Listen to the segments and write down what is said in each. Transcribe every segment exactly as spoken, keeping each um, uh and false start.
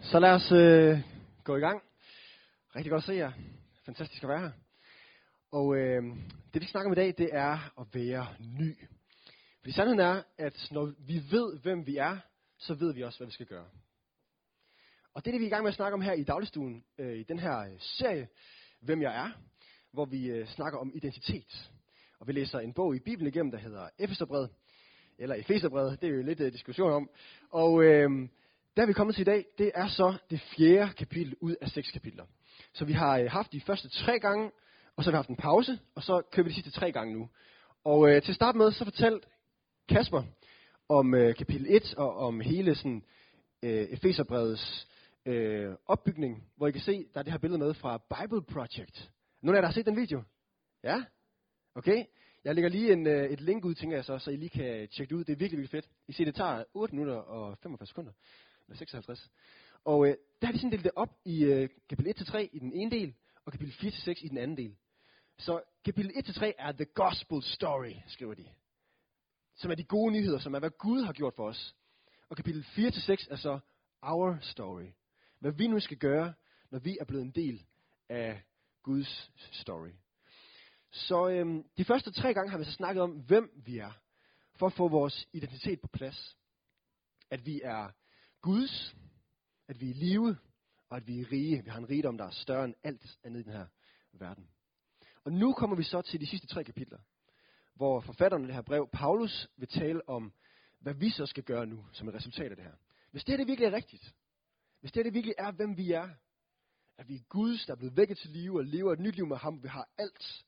Så lad os øh, gå i gang. Rigtig godt at se jer. Fantastisk at være her. Og øh, det vi snakker om i dag, det er at være ny. Fordi sandheden er, at når vi ved, hvem vi er, så ved vi også, hvad vi skal gøre. Og det er det, vi er i gang med at snakke om her i dagligstuen, øh, i den her serie, Hvem jeg er, hvor vi øh, snakker om identitet. Og vi læser en bog i Bibelen igennem, der hedder Efeserbrevet, eller Efeserbrevet, det er jo lidt øh, diskussion om. Og øh, der vi er kommet til i dag, det er så det fjerde kapitel ud af seks kapitler. Så vi har øh, haft de første tre gange, og så har vi haft en pause, og så kører vi de sidste tre gange nu. Og øh, til at starte med, så fortalte Kasper om øh, kapitel et, og om hele sådan, øh, Efeserbrevets øh, opbygning, hvor I kan se, der er det her billede med fra Bible Project. Nogle af jer, der har set den video? Ja? Okay. Jeg lægger lige en, øh, et link ud, tænker jeg så, så I lige kan tjekke det ud. Det er virkelig, virkelig fedt. I ser, det tager otte minutter og femogfyrre sekunder. Eller seksoghalvtreds. Og øh, der har de sådan delt det op i øh, kapitel et til tre i den ene del, og kapitel fire til seks i den anden del. Så kapitel et til tre er the gospel story, skriver de. Som er de gode nyheder, som er, hvad Gud har gjort for os. Og kapitel fire til seks er så our story. Hvad vi nu skal gøre, når vi er blevet en del af Guds story. Så øhm, de første tre gange har vi så snakket om, hvem vi er. For at få vores identitet på plads. At vi er Guds, at vi er i live, og at vi er rige. Vi har en rigdom, der er større end alt andet i den her verden. Og nu kommer vi så til de sidste tre kapitler, hvor forfatteren af det her brev, Paulus, vil tale om, hvad vi så skal gøre nu, som et resultat af det her. Hvis det her det virkelig er rigtigt, hvis det her det virkelig er, hvem vi er, at vi er Guds, der er blevet vækket til live, og lever et nyt liv med ham, vi har alt,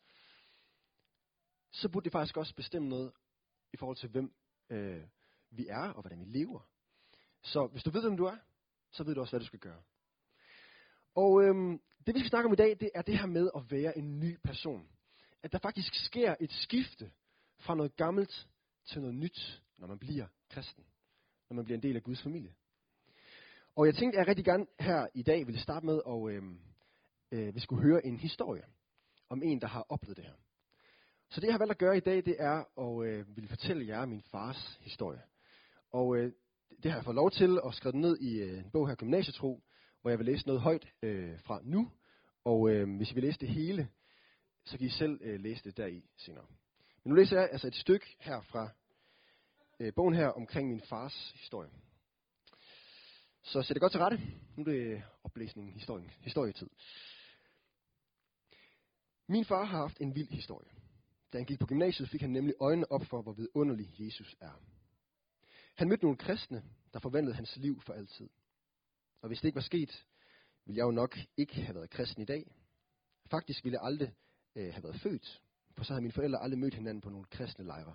så burde det faktisk også bestemme noget i forhold til, hvem øh, vi er, og hvordan vi lever. Så hvis du ved, hvem du er, så ved du også, hvad du skal gøre. Og øhm, det, vi skal snakke om i dag, det er det her med at være en ny person. At der faktisk sker et skifte fra noget gammelt til noget nyt, når man bliver kristen. Når man bliver en del af Guds familie. Og jeg tænkte, at jeg rigtig gerne her i dag ville starte med, at øhm, øh, vi skulle høre en historie om en, der har oplevet det her. Så det, jeg har valgt at gøre i dag, det er at øh, ville fortælle jer min fars historie. Og øh, det har jeg fået lov til at skrive ned i øh, en bog her, Gymnasietro, hvor jeg vil læse noget højt øh, fra nu. Og øh, hvis I vil læse det hele, så kan I selv øh, læse det deri senere. Men nu læser jeg altså et stykke her fra øh, bogen her omkring min fars historie. Så sæt det godt til rette. Nu er det oplæsningen, historien, historietid. Min far har haft en vild historie. Da han gik på gymnasiet, fik han nemlig øjnene op for, hvor vidunderlig Jesus er. Han mødte nogle kristne, der forvandlede hans liv for altid. Og hvis det ikke var sket, ville jeg jo nok ikke have været kristen i dag. Faktisk ville jeg aldrig øh, have været født, for så havde mine forældre aldrig mødt hinanden på nogle kristne lejre.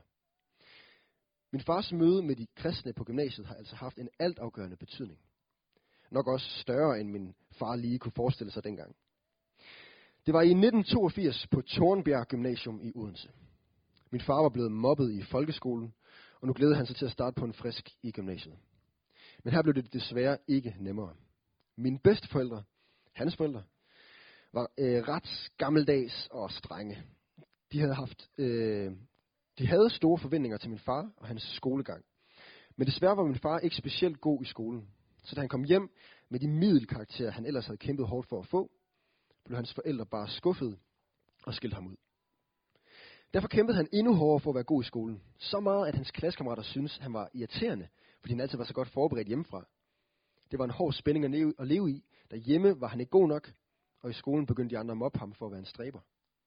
Min fars møde med de kristne på gymnasiet har altså haft en altafgørende betydning. Nok også større, end min far lige kunne forestille sig dengang. Det var i nitten toogfirs på Tornbjerg Gymnasium i Odense. Min far var blevet mobbet i folkeskolen, og nu glædede han sig til at starte på en frisk i gymnasiet. Men her blev det desværre ikke nemmere. Mine bedsteforældre, hans forældre, var øh, ret gammeldags og strenge. De havde haft, øh, de havde store forventninger til min far og hans skolegang. Men desværre var min far ikke specielt god i skolen. Så da han kom hjem med de middelkarakterer, han ellers havde kæmpet hårdt for at få, blev hans forældre bare skuffede og skilte ham ud. Derfor kæmpede han endnu hårdere for at være god i skolen. Så meget, at hans klassekammerater syntes, han var irriterende, fordi han altid var så godt forberedt hjemmefra. Det var en hård spænding at leve, at leve i. Derhjemme var han ikke god nok, og i skolen begyndte de andre at mobbe ham for at være en stræber.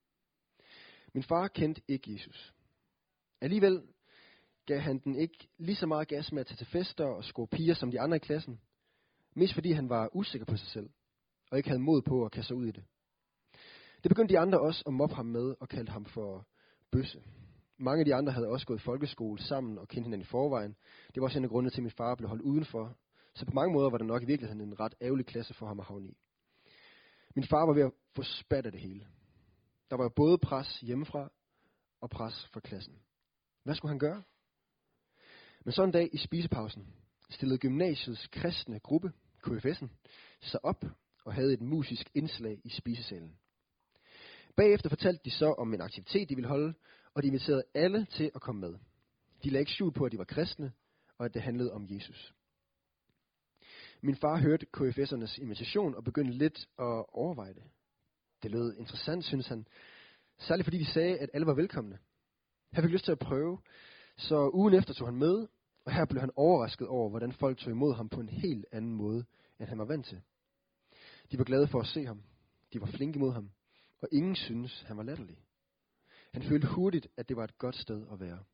Min far kendte ikke Jesus. Alligevel gav han den ikke lige så meget gas med at tage til fester og score piger som de andre i klassen. Mest fordi han var usikker på sig selv, og ikke havde mod på at kaste sig ud i det. Det begyndte de andre også at mobbe ham med og kaldte ham for bøsse. Mange af de andre havde også gået i folkeskole sammen og kendte hinanden i forvejen. Det var også en af grundene til, at min far blev holdt udenfor. Så på mange måder var det nok i virkeligheden en ret ærgerlig klasse for ham at havne i. Min far var ved at få spat af det hele. Der var både pres hjemmefra og pres fra klassen. Hvad skulle han gøre? Men så en dag i spisepausen stillede gymnasiets kristne gruppe, K F S'en, sig op og havde et musisk indslag i spisesalen. Bagefter fortalte de så om en aktivitet, de ville holde, og de inviterede alle til at komme med. De lagde ikke skjul på, at de var kristne, og at det handlede om Jesus. Min far hørte K F S'ernes invitation og begyndte lidt at overveje det. Det lød interessant, synes han. Særligt fordi de sagde, at alle var velkomne. Han fik lyst til at prøve, så ugen efter tog han med, og her blev han overrasket over, hvordan folk tog imod ham på en helt anden måde, end han var vant til. De var glade for at se ham. De var flinke mod ham, og ingen syntes, han var latterlig. Han følte hurtigt, at det var et godt sted at være.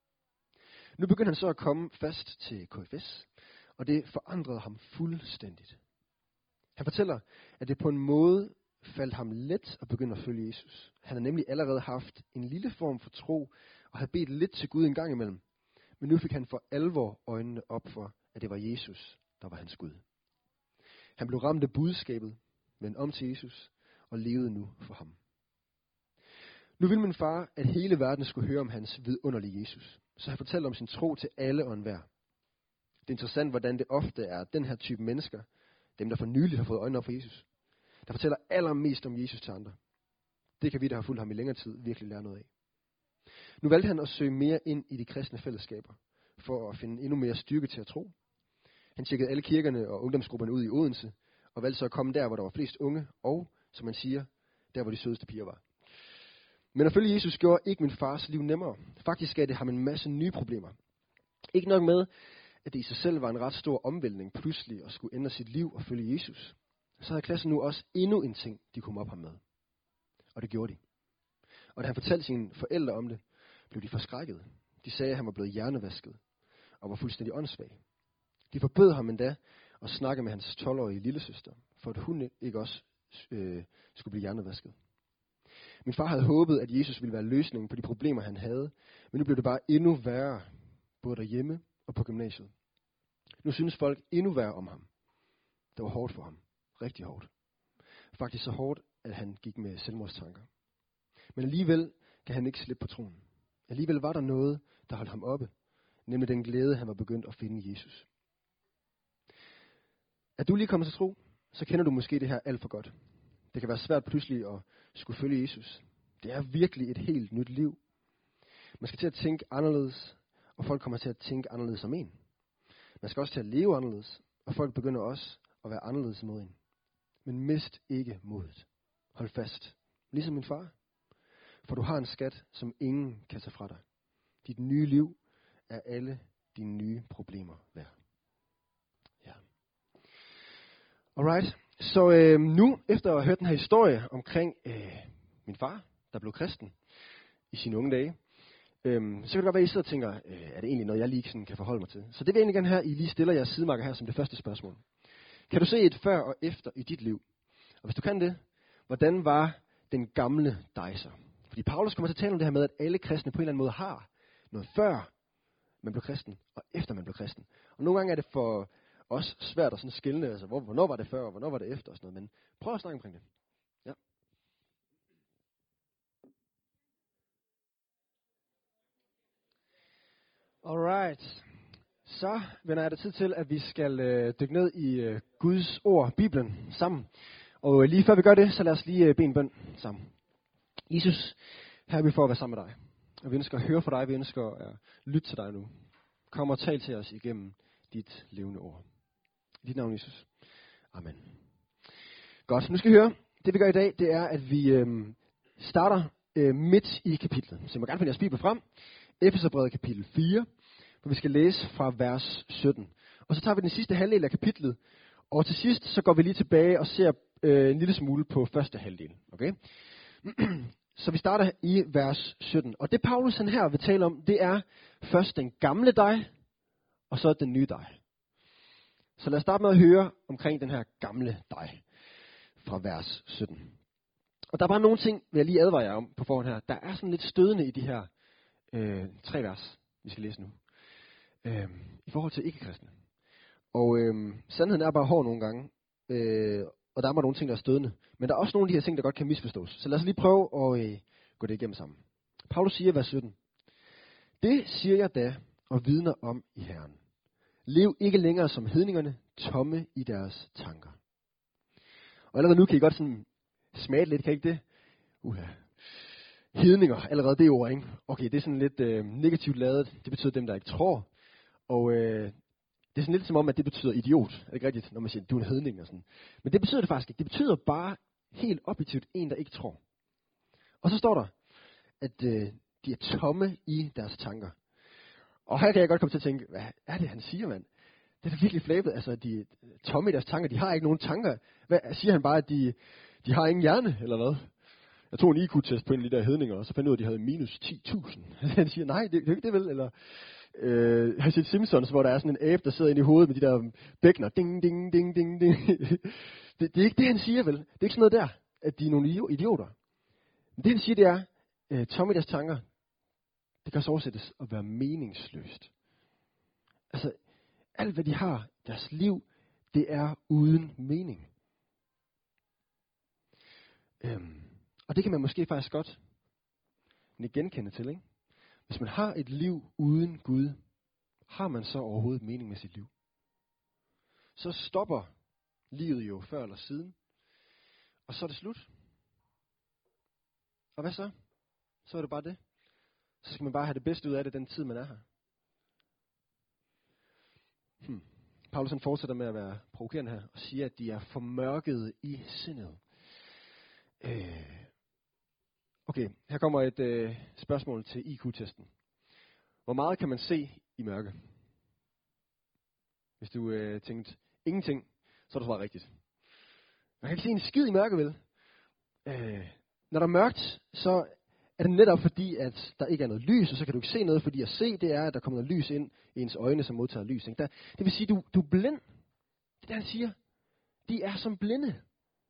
Nu begyndte han så at komme fast til K F S, og det forandrede ham fuldstændigt. Han fortæller, at det på en måde faldt ham let at begynde at følge Jesus. Han havde nemlig allerede haft en lille form for tro, og havde bedt lidt til Gud en gang imellem. Men nu fik han for alvor øjnene op for, at det var Jesus, der var hans Gud. Han blev ramt af budskabet, vendte om til Jesus, og levede nu for ham. Nu ville min far, at hele verden skulle høre om hans vidunderlige Jesus. Så han fortalte om sin tro til alle og enhver. Det er interessant, hvordan det ofte er den her type mennesker, dem der for nyligt har fået øjnene op for Jesus, der fortæller allermest om Jesus til andre. Det kan vi, der har fulgt ham i længere tid, virkelig lære noget af. Nu valgte han at søge mere ind i de kristne fællesskaber, for at finde endnu mere styrke til at tro. Han tjekkede alle kirkerne og ungdomsgrupperne ud i Odense, og valgte så at komme der, hvor der var flest unge, og, som man siger, der hvor de sødeste piger var. Men at følge Jesus gjorde ikke min fars liv nemmere. Faktisk gav det ham en masse nye problemer. Ikke nok med, at det i sig selv var en ret stor omvæltning pludselig at skulle ændre sit liv og følge Jesus. Så havde klassen nu også endnu en ting, de kunne op ham med. Og det gjorde de. Og da han fortalte sine forældre om det, blev de forskrækket. De sagde, at han var blevet hjernevasket og var fuldstændig åndssvag. De forbød ham endda at snakke med hans tolv-årige lillesøster, for at hun ikke også øh, skulle blive hjernevasket. Min far havde håbet, at Jesus ville være løsningen på de problemer, han havde, men nu blev det bare endnu værre, både derhjemme og på gymnasiet. Nu synes folk endnu værre om ham. Det var hårdt for ham. Rigtig hårdt. Faktisk så hårdt, at han gik med selvmordstanker. Men alligevel kan han ikke slippe på troen. Alligevel var der noget, der holdt ham oppe, nemlig den glæde, han var begyndt at finde i Jesus. Er du lige kommet til tro, så kender du måske det her alt for godt. Det kan være svært pludselig at skulle følge Jesus. Det er virkelig et helt nyt liv. Man skal til at tænke anderledes, og folk kommer til at tænke anderledes om en. Man skal også til at leve anderledes, og folk begynder også at være anderledes mod en. Men mist ikke modet. Hold fast. Ligesom min far. For du har en skat, som ingen kan tage fra dig. Dit nye liv er alle dine nye problemer værd. Ja. Alright. Så øh, nu, efter at have hørt den her historie omkring øh, min far, der blev kristen i sine unge dage, øh, så kan det godt være, at I sidder og tænker, øh, er det egentlig noget, jeg lige sådan kan forholde mig til? Så det vil jeg egentlig gerne have, I lige stiller jeres sidemarker her som det første spørgsmål. Kan du se et før og efter i dit liv? Og hvis du kan det, hvordan var den gamle dig så? Fordi Paulus kommer til at tale om det her med, at alle kristne på en eller anden måde har noget før man blev kristen, og efter man blev kristen. Og nogle gange er det for os svært at sådan skille, altså hvor, hvornår var det før, og hvornår var det efter og sådan noget. Men prøv at snakke omkring det. Ja. Alright. Så vender jeg det tid til, at vi skal øh, dykke ned i øh, Guds ord, Bibelen, sammen. Og øh, lige før vi gør det, så lad os lige øh, bede en bøn sammen. Jesus, her er vi for at være sammen med dig. Og vi ønsker at høre fra dig, vi ønsker at lytte til dig nu. Kom og tal til os igennem dit levende ord. I dit navn, Jesus. Amen. Godt, nu skal I høre. Det vi gør i dag, det er, at vi øh, starter øh, midt i kapitlet. Så I må gerne finde jeres bibel frem. Efeserbrevet kapitel fire, hvor vi skal læse fra vers sytten. Og så tager vi den sidste halvdel af kapitlet. Og til sidst, så går vi lige tilbage og ser øh, en lille smule på første halvdel. Okay? Så vi starter i vers sytten. Og det Paulus han her vil tale om, det er først den gamle dig, og så den nye dig. Så lad os starte med at høre omkring den her gamle dig fra vers sytten. Og der er bare nogle ting, vil jeg lige advare jer om på forhånd her. Der er sådan lidt stødende i de her øh, tre vers, vi skal læse nu. Øh, I forhold til ikke-kristne. Og øh, sandheden er bare hård nogle gange. Øh, og der er bare nogle ting, der er stødende. Men der er også nogle af de her ting, der godt kan misforstås. Så lad os lige prøve at øh, gå det igennem sammen. Paulus siger i vers sytten. Det siger jeg da og vidner om i Herren. Lev ikke længere som hedningerne, tomme i deres tanker. Og allerede nu kan I godt sådan smage lidt, kan I ikke det? Uha. Hedninger, allerede det ord, ikke? Okay, det er sådan lidt øh, negativt ladet. Det betyder dem, der ikke tror. Og øh, Det er sådan lidt som om, at det betyder idiot. Er det ikke rigtigt, når man siger, du er en hedning og sådan. Men det betyder det faktisk ikke. Det betyder bare helt objektivt en, der ikke tror. Og så står der, at øh, de er tomme i deres tanker. Og her kan jeg godt komme til at tænke, hvad er det, han siger, mand? Det er da virkelig flabet. Altså, de er tomme i deres tanker. De har ikke nogen tanker. Hvad, siger han bare, at de, de har ingen hjerne, eller hvad? Jeg tog en I Q-test på en af de der hedninger, og så fandt jeg ud af, at de havde minus ti tusind. Han siger, nej, det, det er ikke det vel. Eller, øh, jeg har set Simpsons, hvor der er sådan en abe, der sidder inde i hovedet med de der bækkener. Ding, ding, ding, ding, ding. det, det er ikke det, han siger vel. Det er ikke sådan noget der, at de er nogle idioter. Men det, han siger, det er, øh, tomme i deres tanker, det kan også oversættes at være meningsløst. Altså, alt hvad de har, deres liv, det er uden mening. Øhm, og det kan man måske faktisk godt genkende til, ikke? Hvis man har et liv uden Gud, har man så overhovedet mening med sit liv? Så stopper livet jo før eller siden, og så er det slut. Og hvad så? Så er det bare det. Så skal man bare have det bedste ud af det, den tid man er her. Hmm. Paulus han fortsætter med at være provokerende her, og siger, at de er formørkede i sindet. Øh. Okay, her kommer et øh, spørgsmål til I Q-testen. Hvor meget kan man se i mørke? Hvis du øh, tænkte ingenting, så er det svaret rigtigt. Man kan ikke se en skid i mørke, vel? Øh, når der er mørkt, så er det netop fordi, at der ikke er noget lys, og så kan du ikke se noget, fordi at se, det er, at der kommer noget lys ind i ens øjne, som modtager lys. Ikke? Der, det vil sige, du, du er blind. Det er det, han siger. De er som blinde.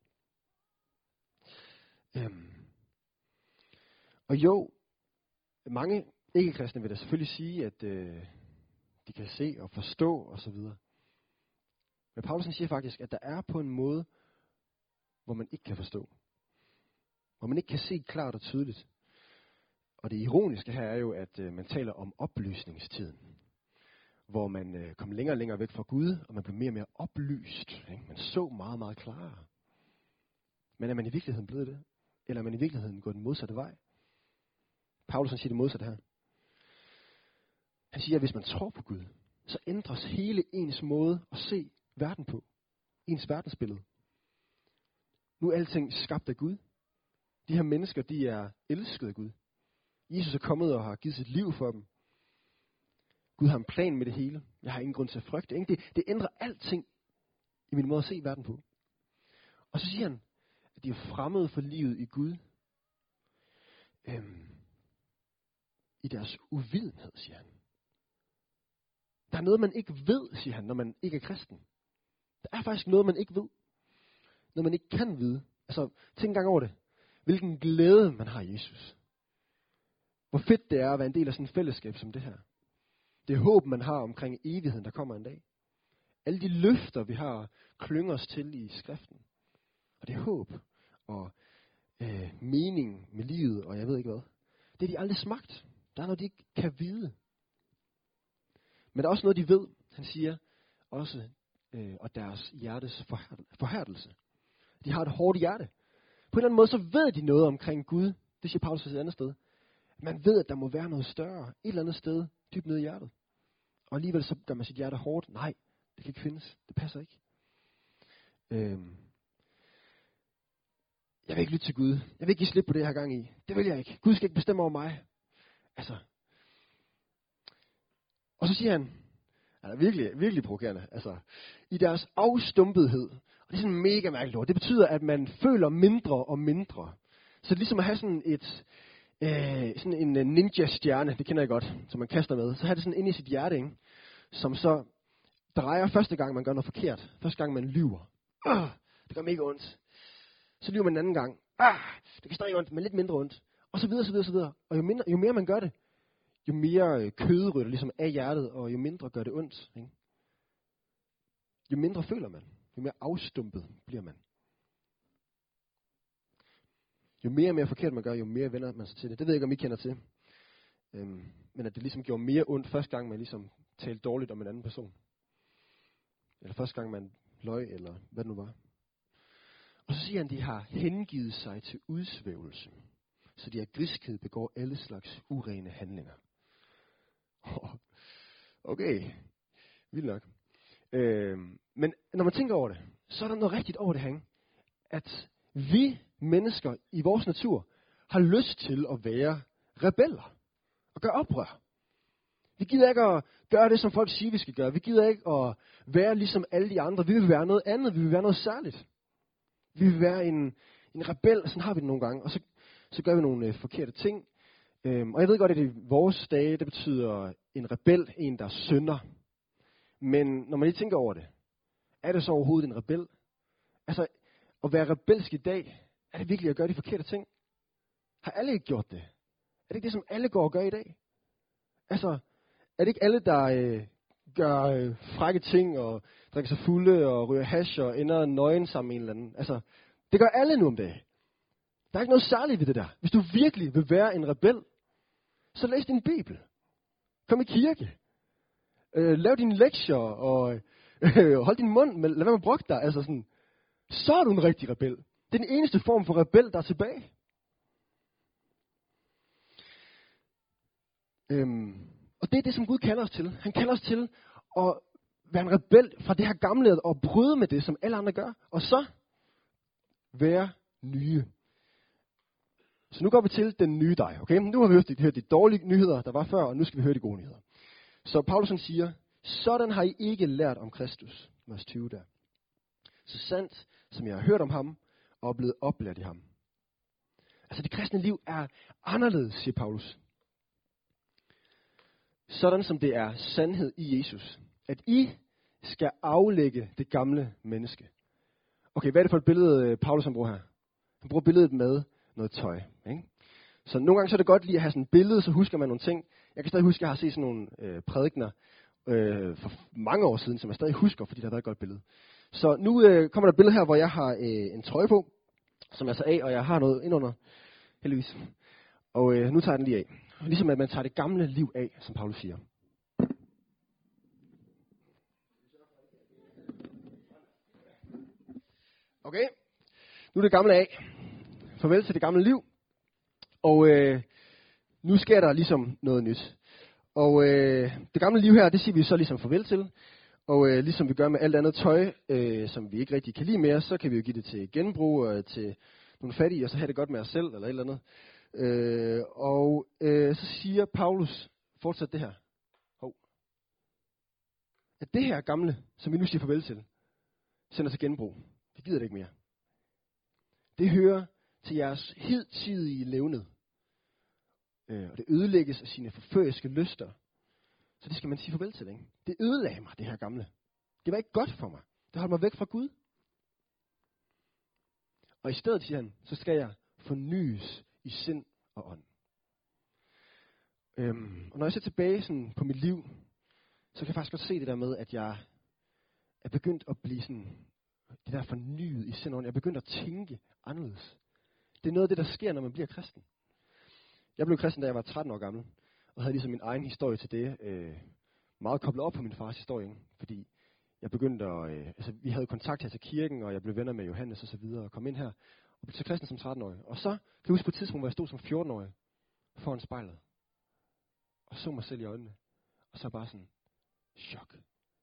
Øhm. Og jo, mange ikke-kristne vil da selvfølgelig sige, at øh, de kan se og forstå osv. Men Paulus siger faktisk, at der er på en måde, hvor man ikke kan forstå. Hvor man ikke kan se klart og tydeligt. Og det ironiske her er jo, at øh, man taler om oplysningstiden. Hvor man øh, kom længere og længere væk fra Gud, og man blev mere og mere oplyst. Ikke? Man så meget, meget klarere. Men er man i virkeligheden blevet det? Eller er man i virkeligheden gået den modsatte vej? Paulus han siger det modsatte her. Han siger, at hvis man tror på Gud, så ændres hele ens måde at se verden på. Ens verdensbillede. Nu er alting skabt af Gud. De her mennesker, de er elskede af Gud. Jesus er kommet og har givet sit liv for dem. Gud har en plan med det hele. Jeg har ingen grund til at frygte. Ikke? Det, det ændrer alting i min måde at se verden på. Og så siger han, at de er fremmede for livet i Gud. Øhm, I deres uvidenhed, siger han. Der er noget, man ikke ved, siger han, når man ikke er kristen. Der er faktisk noget, man ikke ved. Noget, man ikke kan vide. Altså, tænk en gang over det. Hvilken glæde man har i Jesus. Hvor fedt det er at være en del af sådan et fællesskab som det her. Det håb, man har omkring evigheden, der kommer en dag. Alle de løfter, vi har, klynger os til i skriften. Og det er håb og øh, mening med livet, og jeg ved ikke hvad. Det er de aldrig smagt. Der er noget, de ikke kan vide. Men der er også noget, de ved. Han siger også, øh, og deres hjertes forhærdelse. De har et hårdt hjerte. På en eller anden måde, så ved de noget omkring Gud. Det siger Paulus et andet sted. Man ved, at der må være noget større. Et eller andet sted, dybt nede i hjertet. Og alligevel så gør man sit hjerte hårdt. Nej, det kan ikke findes. Det passer ikke. Øhm. Jeg vil ikke lytte til Gud. Jeg vil ikke give slip på det, jeg har gang i. Det vil jeg ikke. Gud skal ikke bestemme over mig. Altså. Og så siger han, altså virkelig, virkelig provokerende, altså, i deres afstumpethed, og det er sådan en mega mærkeligt ord, det betyder, at man føler mindre og mindre. Så det er ligesom at have sådan et, øh, sådan en ninja-stjerne, det kender jeg godt, som man kaster med, så har det sådan inde i sit hjerte, ikke? Som så drejer første gang, man gør noget forkert, første gang, man lyver. Øh, det gør mega ondt. Så lyver man en anden gang. Ah, det kan stadig ondt, men lidt mindre ondt. Og så videre, så videre, så videre. Og jo, mindre, jo mere man gør det, jo mere kød ryger ligesom af hjertet, og jo mindre gør det ondt. Ikke? Jo mindre føler man. Jo mere afstumpet bliver man. Jo mere og mere forkert man gør, jo mere vender man sig til det. Det ved jeg ikke, om I kender til. Øhm, men at det ligesom gjorde mere ondt første gang, man ligesom talte dårligt om en anden person. Eller første gang, man løg, eller hvad det nu var. Og så siger han, at de har hengivet sig til udsvævelse. Så de af griskhed begår alle slags urene handlinger. Okay, vildt nok. Øh, men når man tænker over det, så er der noget rigtigt over det her, at vi mennesker i vores natur har lyst til at være rebeller og gøre oprør. Vi gider ikke at gøre det, som folk siger, vi skal gøre. Vi gider ikke at være ligesom alle de andre. Vi vil være noget andet. Vi vil være noget særligt. Vi vil være en, en rebel. Sådan har vi det nogle gange. Og så, så gør vi nogle øh, forkerte ting. Øhm, og jeg ved godt, at i vores dage, det betyder en rebel, en der synder. Men når man lige tænker over det, er det så overhovedet en rebel? Altså, at være rebelsk i dag, er det virkelig at gøre de forkerte ting? Har alle ikke gjort det? Er det ikke det, som alle går og gør i dag? Altså, er det ikke alle, der øh, gør øh, frække ting, og drikker sig fulde, og ryger hash, og ender nøgen sammen med en eller anden? Altså, det gør alle nu om dagen. Der er ikke noget særligt ved det der. Hvis du virkelig vil være en rebel, så læs din bibel. Kom i kirke. Øh, lav dine lektier, og øh, hold din mund, men lad være med at brokke dig. Altså sådan, så er du en rigtig rebel. Det er den eneste form for rebel, der er tilbage. Øhm, og det er det, som Gud kalder os til. Han kalder os til at være en rebel fra det her gamle, og bryde med det, som alle andre gør. Og så være nye. Så nu går vi til den nye dig. Okay? Nu har vi hørt de, hørt de dårlige nyheder, der var før, og nu skal vi høre de gode nyheder. Så Paulus han siger, sådan har I ikke lært om Kristus. Vers tyve der. Så sandt, som jeg har hørt om ham, og er blevet oplært i ham. Altså det kristne liv er anderledes, siger Paulus. Sådan som det er sandhed i Jesus. At I skal aflægge det gamle menneske. Okay, hvad er det for et billede, Paulus han bruger her? Han bruger billedet med noget tøj. Ikke? Så nogle gange så er det godt lige at have sådan et billede, så husker man nogle ting. Jeg kan stadig huske, at jeg har set sådan nogle øh, prædikner øh, for mange år siden, som jeg stadig husker, fordi det har været et godt billede. Så nu øh, kommer der et billede her, hvor jeg har øh, en trøje på, som jeg så af, og jeg har noget indunder, heldigvis. Og øh, nu tager jeg den lige af. Ligesom at man tager det gamle liv af, som Paulus siger. Okay, nu er det gamle af. Farvel til det gamle liv. Og øh, nu sker der ligesom noget nyt. Og øh, det gamle liv her, det siger vi så ligesom farvel til. Og øh, ligesom vi gør med alt andet tøj, øh, som vi ikke rigtig kan lide mere, så kan vi jo give det til genbrug og til nogle fattige, og så have det godt med os selv, eller et eller andet. Øh, og øh, så siger Paulus, fortsat det her. Hov. At det her gamle, som vi nu siger farvel til, sender til genbrug. Vi gider det ikke mere. Det hører til jeres hidtidige levned. Øh, og det ødelægges af sine forføriske lyster. Så det skal man sige farvel til, ikke? Det ødelagde mig, det her gamle. Det var ikke godt for mig. Det holdt mig væk fra Gud. Og i stedet, siger han, så skal jeg fornyes i sind og ånd. Øhm, og når jeg ser tilbage sådan, på mit liv, så kan jeg faktisk godt se det der med, at jeg er begyndt at blive sådan, det der fornyet i sind og ånd. Jeg er begyndt at tænke anderledes. Det er noget af det, der sker, når man bliver kristen. Jeg blev kristen, da jeg var tretten år gammel, og havde ligesom min egen historie til det, øh, meget koblet op på min fars historie, ikke? Fordi jeg begyndte at, øh, altså vi havde kontakt her til kirken, og jeg blev venner med Johannes og så videre, og kom ind her, og blev til kristen som tretten-årig. Og så kan jeg huske på et tidspunkt, hvor jeg stod som fjorten-årig foran spejlet, og så mig selv i øjnene, og så bare sådan, chok.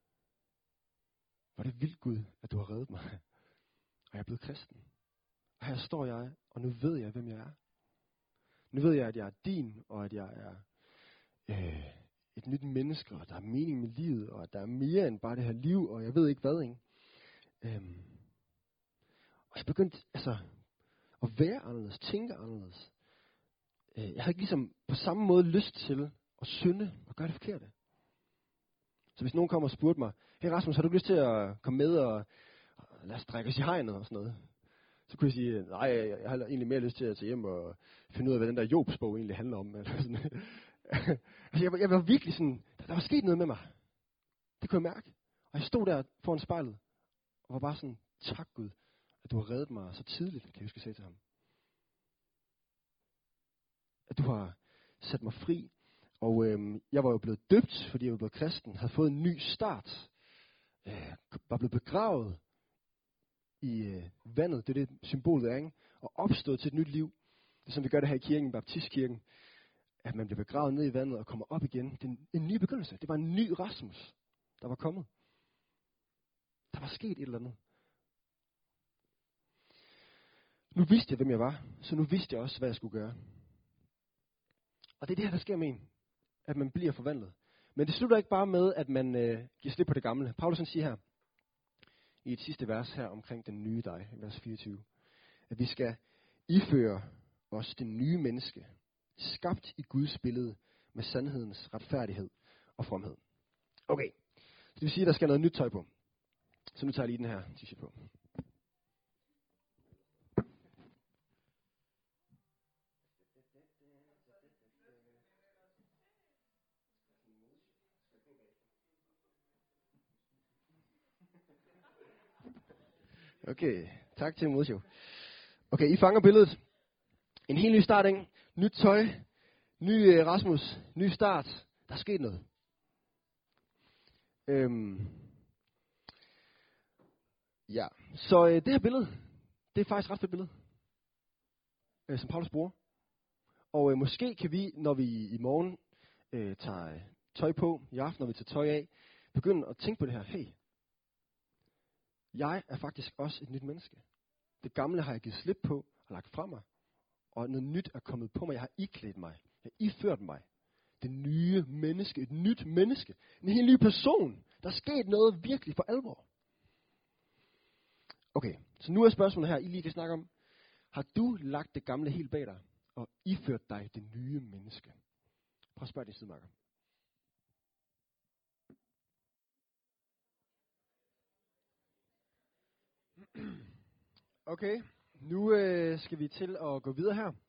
Var det vildt, Gud, at du har reddet mig, og jeg er blevet kristen. Og her står jeg, og nu ved jeg, hvem jeg er. Nu ved jeg, at jeg er din, og at jeg er øh, et nyt menneske, og der er mening med livet, og at der er mere end bare det her liv, og jeg ved ikke hvad, ikke? Øhm, og jeg begyndte altså at være anderledes, tænke anderledes. Øh, jeg havde ikke ligesom på samme måde lyst til at synde og gøre det forkerte. Så hvis nogen kommer og spurgte mig, hey Rasmus, har du lyst til at komme med og, og lad os drikke os i hegnet og sådan noget? Så kunne jeg sige, nej, jeg, jeg har egentlig mere lyst til at tage hjem og finde ud af, hvad den der Jobs bog egentlig handler om. Eller sådan. Altså, jeg, jeg var virkelig sådan, der var sket noget med mig. Det kunne jeg mærke. Og jeg stod der foran spejlet, og var bare sådan, tak Gud, at du har reddet mig så tidligt, kan jeg huske at sige til ham. At du har sat mig fri, og øhm, jeg var jo blevet døbt, fordi jeg var blevet kristen, havde fået en ny start, øh, var blevet begravet i øh, vandet, det er det symbolet er, ikke? Og opstået til et nyt liv. Det er som vi gør det her i kirken, Baptistkirken, at man bliver begravet ned i vandet og kommer op igen. Det er en, en ny begyndelse. Det var en ny Rasmus, der var kommet. Der var sket et eller andet. Nu vidste jeg, hvem jeg var, så nu vidste jeg også, hvad jeg skulle gøre. Og det er det her, der sker med en, at man bliver forvandlet. Men det slutter ikke bare med, at man øh, giver slip på det gamle. Paulus han siger her, i et sidste vers her omkring den nye dig, i vers fireogtyve, at vi skal iføre os det nye menneske, skabt i Guds billede, med sandhedens retfærdighed og fromhed. Okay, så det vil sige, at der skal noget nyt tøj på. Så nu tager jeg lige den her t-shirt på. Okay, tak til Modsjo. Okay, I fanger billedet. En helt ny start, ikke? Nyt tøj, ny uh, Rasmus, ny start. Der er sket noget. Øhm. Ja, så uh, det her billede, det er faktisk et ret fedt billede, uh, som Paulus bruger. Og uh, måske kan vi, når vi i morgen uh, tager tøj på, i aften, når vi tager tøj af, begynde at tænke på det her. Hey, jeg er faktisk også et nyt menneske. Det gamle har jeg givet slip på og lagt fra mig. Og noget nyt er kommet på mig. Jeg har iklædt mig. Jeg har iført mig. Det nye menneske. Et nyt menneske. En helt ny person. Der er sket noget virkelig for alvor. Okay, så nu er spørgsmålet her, I lige kan snakke om. Har du lagt det gamle helt bag dig og iført dig det nye menneske? Prøv at spørge din sidemarker. Okay, nu øh, skal vi til at gå videre her.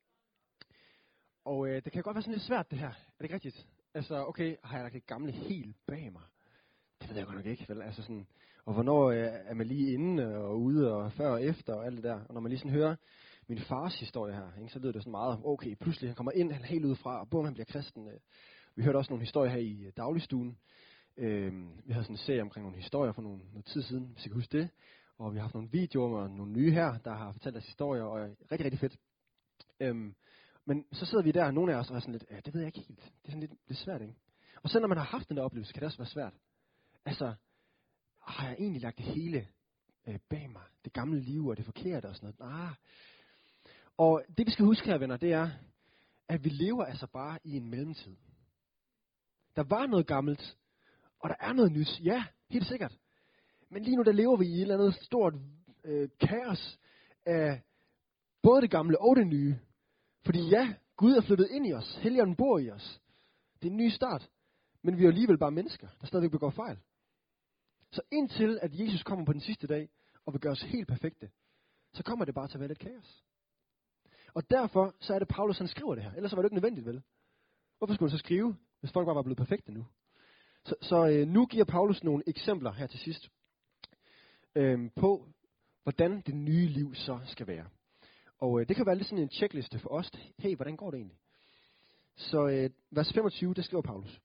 Og øh, det kan godt være sådan lidt svært det her. Er det ikke rigtigt? Altså, okay, har jeg lagt det gamle helt bag mig? Det ved jeg godt nok ikke, vel? Altså sådan, og hvornår øh, er man lige inde og ude og før og efter og alt det der. Og når man lige sådan hører min fars historie her, ikke, så lyder det sådan meget, okay, pludselig han kommer ind, han er helt udefra, og bum, han bliver kristen. Øh. Vi hørte også nogle historier her i øh, dagligstuen. Øh, vi havde sådan en serie omkring nogle historier for nogle, noget tid siden, hvis I kan huske det. Og vi har haft nogle videoer og nogle nye her, der har fortalt deres historier, og er rigtig, rigtig fedt. Øhm, men så sidder vi der, og nogle af os er sådan lidt, ja, det ved jeg ikke helt. Det er sådan lidt, lidt svært, ikke? Og så når man har haft den der oplevelse, kan det også være svært. Altså, har jeg egentlig lagt det hele øh, bag mig? Det gamle liv og det forkerte og sådan noget? Ah. Og det vi skal huske her, venner, det er, at vi lever altså bare i en mellemtid. Der var noget gammelt, og der er noget nyt. Ja, helt sikkert. Men lige nu der lever vi i et eller andet stort øh, kaos af både det gamle og det nye. Fordi ja, Gud er flyttet ind i os. Helligånden bor i os. Det er en ny start. Men vi er alligevel bare mennesker, der stadigvæk begår fejl. Så indtil at Jesus kommer på den sidste dag og vil gøre os helt perfekte, så kommer det bare til at være lidt kaos. Og derfor så er det Paulus, han skriver det her. Ellers var det ikke nødvendigt, vel? Hvorfor skulle han så skrive, hvis folk bare var blevet perfekte nu? Så, så øh, nu giver Paulus nogle eksempler her til sidst. Øhm, på, hvordan det nye liv så skal være. Og øh, det kan være lidt sådan en checkliste for os. Hey, hvordan går det egentlig? Så øh, vers femogtyve, det skriver Paulus.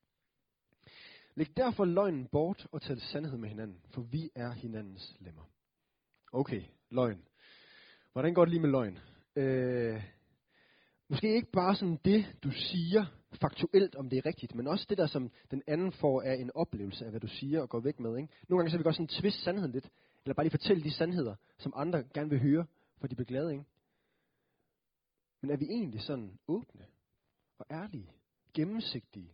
Læg derfor løgnen bort og tal sandhed med hinanden, for vi er hinandens lemmer. Okay, løgn. Hvordan går det lige med løgn? Øh, måske ikke bare sådan det, du siger faktuelt, om det er rigtigt, men også det der, som den anden får af en oplevelse af, hvad du siger og går væk med. Ikke? Nogle gange så vil vi godt sådan twist sandheden lidt, eller bare lige fortælle de sandheder, som andre gerne vil høre, for de bliver glade. Ikke? Men er vi egentlig sådan åbne og ærlige, gennemsigtige?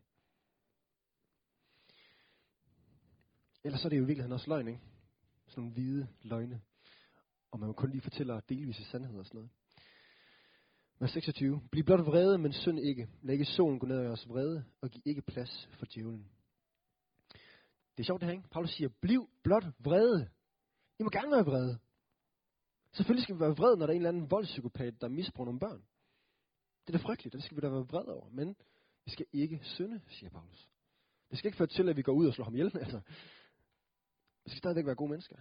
Ellers så er det jo i virkeligheden også løgn, ikke? Sådan nogle hvide løgne. Og man må kun lige fortælle delvise sandheder og sådan noget. Vers seksogtyve. Bliv blot vrede, men synd ikke. Lad ikke solen gå ned i jeres vrede, og giv ikke plads for djævlen. Det er sjovt det her, ikke? Paulus siger, bliv blot vrede. I må gerne være vrede. Selvfølgelig skal vi være vrede, når der er en eller anden voldspsykopat, der misbruger nogle børn. Det er da frygteligt, og det skal vi da være vrede over. Men vi skal ikke synde, siger Paulus. Det skal ikke føre til, at vi går ud og slår ham ihjel. Altså. Vi skal stadigvæk være gode mennesker.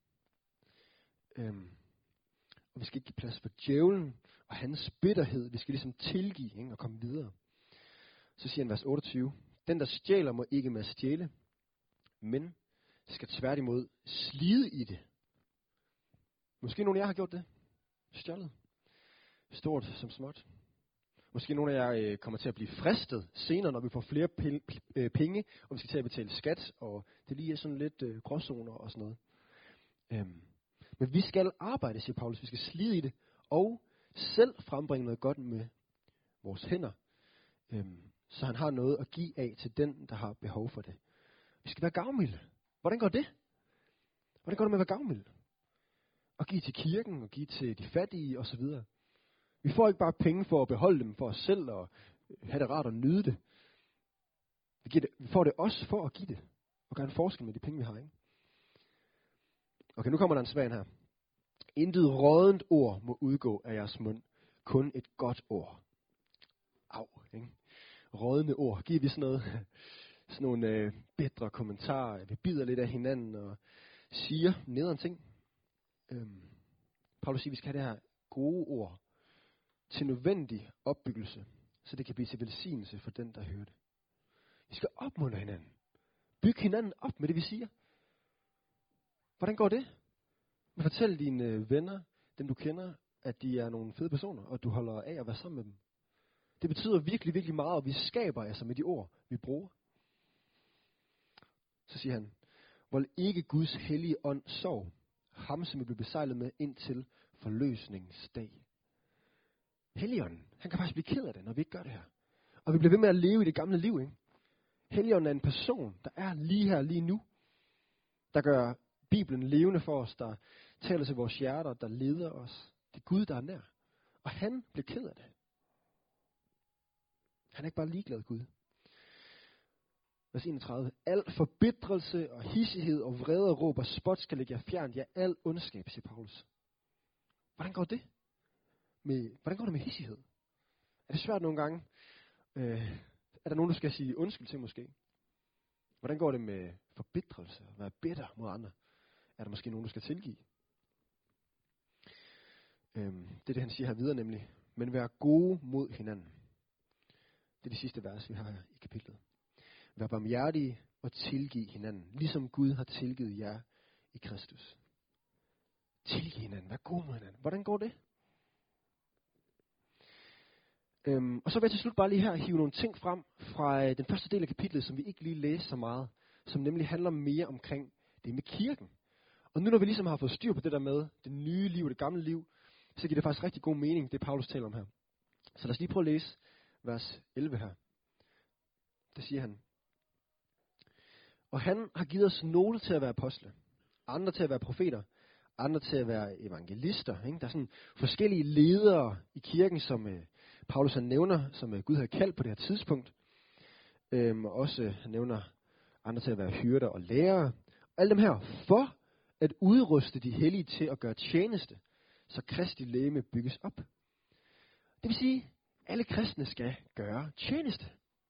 Øhm. Og vi skal ikke give plads for djævlen og hans bitterhed. Vi skal ligesom tilgive, ikke, og komme videre. Så siger han vers otteogtyve. Den, der stjæler, må ikke med stjæle, men skal tværtimod slide i det. Måske nogle af jer har gjort det. Stjålet. Stort som småt. Måske nogle af jer øh, kommer til at blive fristet senere, når vi får flere penge, og vi skal til at betale skat, og det lige er sådan lidt øh, gråzoner og sådan noget. Øhm, men vi skal arbejde, siger Paulus. Vi skal slide i det, og selv frembringe noget godt med vores hænder. Øhm, så han har noget at give af til den, der har behov for det. Vi skal være gavmilde. Hvordan går det? Hvordan går det med at være gavmild? Og give til kirken, og give til de fattige, osv. Vi får ikke bare penge for at beholde dem for os selv, og have det rart og nyde det. Vi, giver det, vi får det også for at give det, og gøre en forskel med de penge, vi har, ikke? Okay, nu kommer der en svag her. Intet rådent ord må udgå af jeres mund, kun et godt ord. Au, ikke? Rådende ord. Giver vi sådan noget, sådan nogle øh, bedre kommentarer, vi bider lidt af hinanden og siger nederen ting. Øhm, Paulus siger, at vi skal have det her gode ord til nødvendig opbyggelse, så det kan blive til velsignelse for den, der hører det. Vi skal opmuntre hinanden. Bygge hinanden op med det, vi siger. Hvordan går det? Men fortæl dine venner, dem du kender, at de er nogle fede personer, og du holder af at være sammen med dem. Det betyder virkelig, virkelig meget, og vi skaber altså med de ord, vi bruger. Så siger han, vold ikke Guds hellige ånd sorg, ham som vi blev besejlet med indtil forløsningsdag. Helligånden, han kan faktisk blive ked af det, når vi ikke gør det her. Og vi bliver ved med at leve i det gamle liv, ikke? Helligånden er en person, der er lige her, lige nu. Der gør Bibelen levende for os, der taler til vores hjerter, der leder os. Det er Gud, der er nær. Og han bliver ked af det. Han er ikke bare ligeglad, Gud. Vers enogtredive. Al forbitrelse og hissighed og vrede og råb og spot skal ligge jer fjernt. Ja, al ondskab, siger Paulus. Hvordan går det? Med, hvordan går det med hissighed? Er det svært nogle gange? Øh, er der nogen, du skal sige undskyld til måske? Hvordan går det med forbitrelse og være bitter mod andre? Er der måske nogen, du skal tilgive? Øhm, det er det, han siger her videre nemlig. Men vær gode mod hinanden. Det er det sidste vers, vi har her i kapitlet. Vær barmhjertige og tilgive hinanden, ligesom Gud har tilgivet jer i Kristus. Tilgive hinanden, vær gode mod hinanden. Hvordan går det? Øhm, og så vil jeg til slut bare lige her hive nogle ting frem fra øh, den første del af kapitlet, som vi ikke lige læste så meget, som nemlig handler mere omkring det med kirken. Og nu når vi ligesom har fået styr på det der med det nye liv og det gamle liv, så giver det faktisk rigtig god mening, det Paulus taler om her. Så lad os lige prøve at læse vers elleve her. Der siger han, og han har givet os nogle til at være apostle, andre til at være profeter, andre til at være evangelister. Ikke? Der er sådan forskellige ledere i kirken, som øh, Paulus han nævner, som øh, Gud har kaldt på det her tidspunkt. Øhm, og også øh, han nævner andre til at være hyrder og lærere. Og alle dem her for at udruste de hellige til at gøre tjeneste, så Kristi legeme bygges op. Det vil sige, alle kristne skal gøre tjeneste.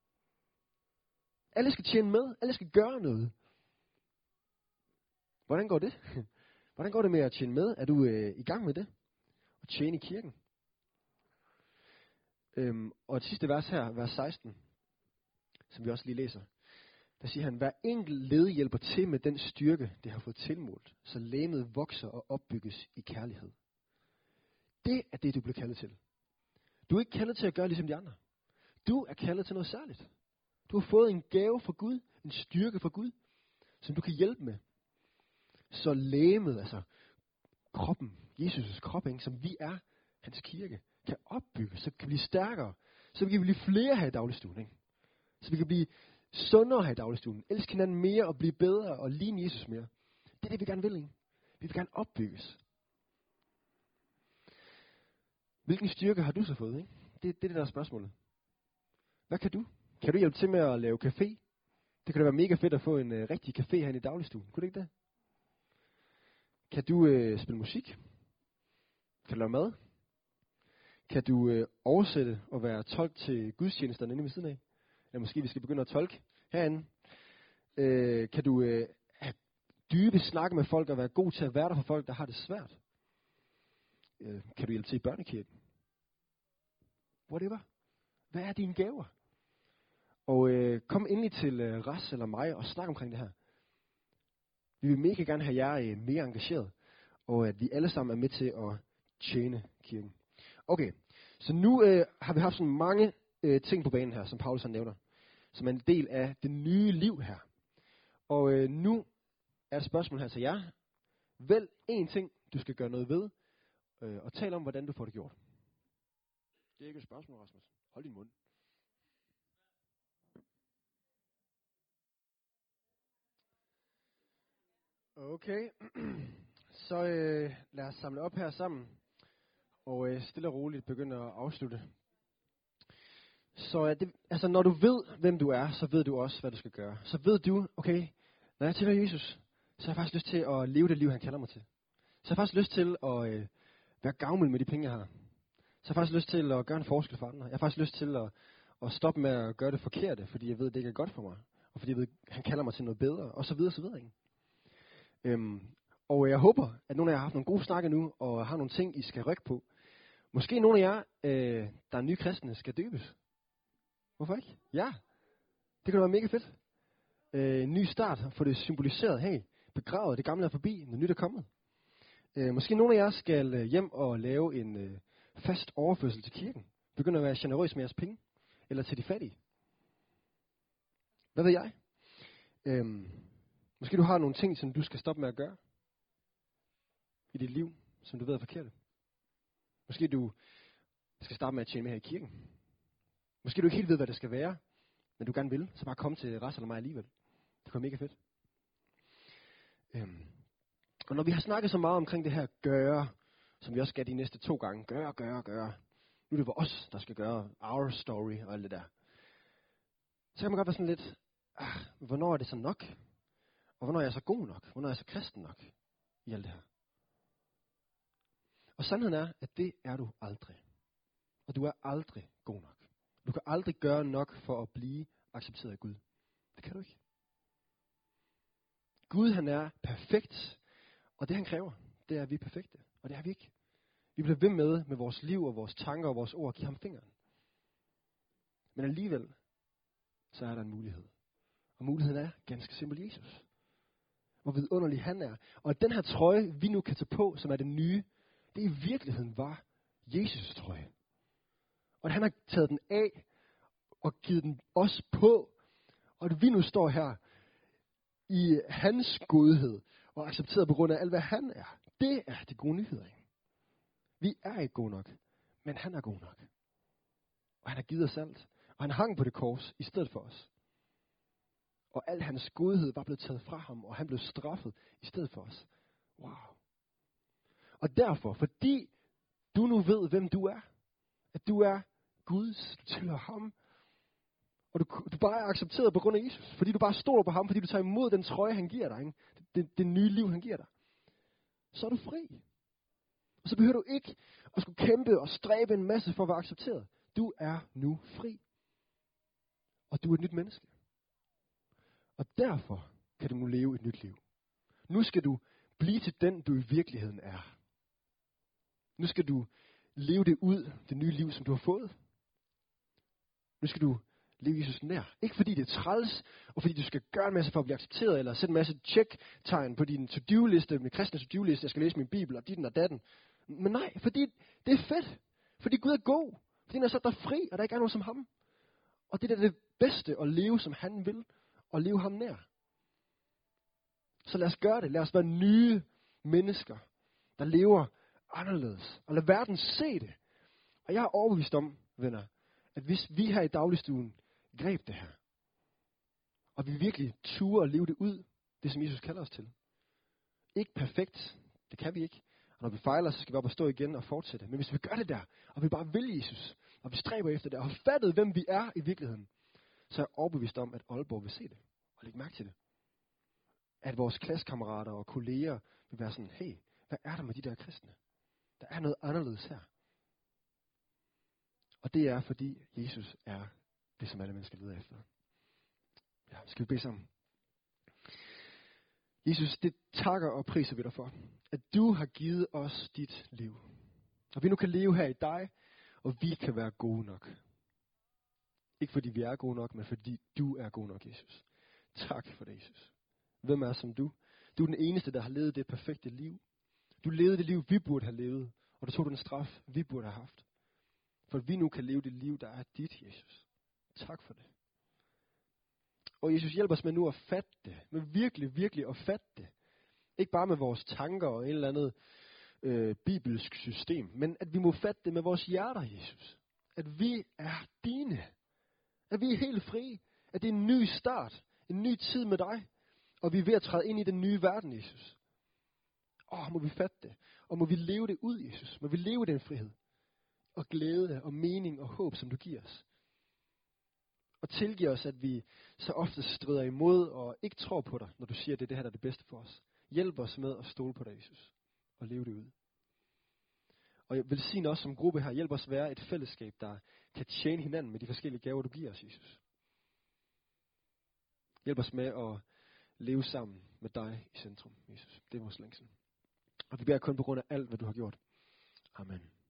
Alle skal tjene med. Alle skal gøre noget. Hvordan går det? Hvordan går det med at tjene med? Er du øh, i gang med det? At tjene i kirken? Øhm, og det sidste vers her, vers seksten, som vi også lige læser. Der siger han, hver enkelt led hjælper til med den styrke, det har fået tilmålt, så legemet vokser og opbygges i kærlighed. Det er det, du bliver kaldet til. Du er ikke kaldet til at gøre ligesom de andre. Du er kaldet til noget særligt. Du har fået en gave fra Gud, en styrke fra Gud, som du kan hjælpe med. Så legemet, altså kroppen, Jesus' krop, ikke, som vi er, hans kirke, kan opbygges, så vi kan blive stærkere, så vi kan blive flere her i dagligstuen, ikke? Så vi kan blive sundere her i dagligstuen, elske hinanden mere og blive bedre og ligne Jesus mere. Det er det, vi gerne vil, ikke? Vi vil gerne opbygges. Hvilken styrke har du så fået, ikke? Det, det er det, der er spørgsmålet. Hvad kan du? Kan du hjælpe til med at lave café? Det kan da være mega fedt at få en uh, rigtig café her i dagligstuen. Kunne det ikke det? Kan du uh, spille musik? Kan du lave mad? Kan du uh, oversætte og være tolk til gudstjenesterne inde ved siden af? Eller måske vi skal begynde at tolke herinde. Uh, kan du uh, have dybe snakke med folk og være god til at være der for folk, der har det svært? Uh, kan du hjælpe til i børnekirken? Whatever. Hvad er dine gaver? Og øh, kom endelig til øh, Ras eller mig og snak omkring det her. Vi vil mega gerne have jer øh, mere engageret, og at vi alle sammen er med til at tjene kirken. Okay, så nu øh, har vi haft sådan mange øh, ting på banen her, som Paulus han nævner, som er en del af det nye liv her. Og øh, nu er et spørgsmål her til jer. Vælg én ting, du skal gøre noget ved, øh, og tal om, hvordan du får det gjort. Det er ikke et spørgsmål, Rasmus. Hold din mund. Okay, så øh, lad os samle op her sammen, og øh, stille og roligt begynde at afslutte. Så øh, det, altså, når du ved, hvem du er, så ved du også, hvad du skal gøre. Så ved du, okay, når jeg tilhører Jesus, så har jeg faktisk lyst til at leve det liv, han kalder mig til. Så har jeg faktisk lyst til at øh, være gavmild med de penge, jeg har. Så har jeg faktisk lyst til at gøre en forskel for andre. Jeg har faktisk lyst til at, at stoppe med at gøre det forkerte, fordi jeg ved, at det ikke er godt for mig. Og fordi jeg ved, at han kalder mig til noget bedre, og så videre, så videre. Ikke? Øhm, og jeg håber, at nogle af jer har haft nogle gode snakke nu, og har nogle ting, I skal rykke på. Måske nogle af jer, øh, der er nye kristne, skal døbes. Hvorfor ikke? Ja, det kan da være mega fedt. Øh, ny start, få det symboliseret. Hey, begravet, det gamle er forbi, det nye er kommet. Øh, måske nogle af jer skal øh, hjem og lave en øh, fast overførsel til kirken. Begynd at være generøs med jeres penge. Eller til de fattige. Hvad ved jeg? Øh, måske du har nogle ting, som du skal stoppe med at gøre. I dit liv, som du ved er forkerte. Måske du skal starte med at tjene med her i kirken. Måske du ikke helt ved, hvad det skal være, men du gerne vil. Så bare kom til Ras eller mig alligevel. Det kunne være mega fedt. Øhm. Og når vi har snakket så meget omkring det her gøre, som vi også skal de næste to gange, gøre, gøre, gøre. Nu er det for os, der skal gøre our story og alt det der. Så kan man godt være sådan lidt, ah, hvornår er det så nok? Og hvornår er jeg så god nok? Hvornår er jeg så kristen nok i alt det her? Og sandheden er, at det er du aldrig. Og du er aldrig god nok. Du kan aldrig gøre nok for at blive accepteret af Gud. Det kan du ikke. Gud, han er perfekt. Og det han kræver, det er, at vi er perfekte. Og det er vi ikke. Vi bliver ved med, med vores liv og vores tanker og vores ord, at give ham fingeren. Men alligevel, så er der en mulighed. Og muligheden er ganske simpelt Jesus. Hvor vidunderlig han er. Og den her trøje, vi nu kan tage på, som er det nye, det i virkeligheden var Jesus' trøje. Og han har taget den af og givet den os på. Og at vi nu står her i hans godhed og accepteret på grund af alt, hvad han er. Det er de gode nyheder. Ikke? Vi er ikke gode nok, men han er god nok. Og han har givet os alt. Og han hang på det kors i stedet for os. Og al hans godhed var blevet taget fra ham, og han blev straffet i stedet for os. Wow. Og derfor, fordi du nu ved, hvem du er, at du er Guds, du tilhører ham, og du, du bare er accepteret på grund af Jesus, fordi du bare stoler på ham, fordi du tager imod den trøje, han giver dig, ikke? Det, det, det nye liv, han giver dig, så er du fri. Og så behøver du ikke at skulle kæmpe og stræbe en masse for at være accepteret. Du er nu fri. Og du er et nyt menneske. Og derfor kan du nu leve et nyt liv. Nu skal du blive til den, du i virkeligheden er. Nu skal du leve det ud, det nye liv, som du har fået. Nu skal du leve Jesus nær. Ikke fordi det er træls, og fordi du skal gøre en masse for at blive accepteret, eller sætte en masse check-tegn på din to-do-liste, min kristne to-do-liste, jeg skal læse min bibel, og dit og datten. Men nej, fordi det er fedt. Fordi Gud er god. Fordi han har sat dig fri, og der ikke er nogen som ham. Og det er det bedste at leve, som han vil, og leve ham nær. Så lad os gøre det. Lad os være nye mennesker, der lever anderledes. Og lad verden se det. Og jeg er overbevist om, venner, at hvis vi her i dagligstuen greb det her, og vi virkelig turde at leve det ud, det som Jesus kalder os til. Ikke perfekt, det kan vi ikke. Og når vi fejler, så skal vi op og stå igen og fortsætte. Men hvis vi gør det der, og vi bare vil Jesus, og vi stræber efter det, og har fattet, hvem vi er i virkeligheden, så er jeg overbevist om, at Aalborg vil se det, og lægge mærke til det. At vores klassekammerater og kolleger vil være sådan, hey, hvad er der med de der kristne? Der er noget anderledes her. Og det er, fordi Jesus er det, som alle mennesker leder efter. Ja, skal vi bede sammen? Jesus, det takker og priser vi dig for, at du har givet os dit liv. Og vi nu kan leve her i dig, og vi kan være gode nok. Ikke fordi vi er gode nok, men fordi du er god nok, Jesus. Tak for det, Jesus. Hvem er som du? Du er den eneste, der har levet det perfekte liv. Du levede det liv, vi burde have levet, og du tog den straf, vi burde have haft. For at vi nu kan leve det liv, der er dit, Jesus. Tak for det. Og Jesus, hjælp os med nu at fatte det. Med virkelig, virkelig at fatte det. Ikke bare med vores tanker og et eller andet øh, bibelsk system, men at vi må fatte det med vores hjerter, Jesus. At vi er dine. At vi er helt frie. At det er en ny start. En ny tid med dig. Og vi er ved at træde ind i den nye verden, Jesus. Åh, må vi fatte det. Og må vi leve det ud, Jesus. Må vi leve den frihed. Og glæde og mening og håb, som du giver os. Og tilgiv os, at vi så ofte strider imod og ikke tror på dig, når du siger, at det er det her, der er det bedste for os. Hjælp os med at stole på dig, Jesus. Og leve det ud. Og jeg vil sige også som gruppe her, hjælp os være et fællesskab, der kan tjene hinanden med de forskellige gaver, du giver os, Jesus. Hjælp os med at leve sammen med dig i centrum, Jesus. Det er vores længsel. Og vi beder kun på grund af alt, hvad du har gjort. Amen.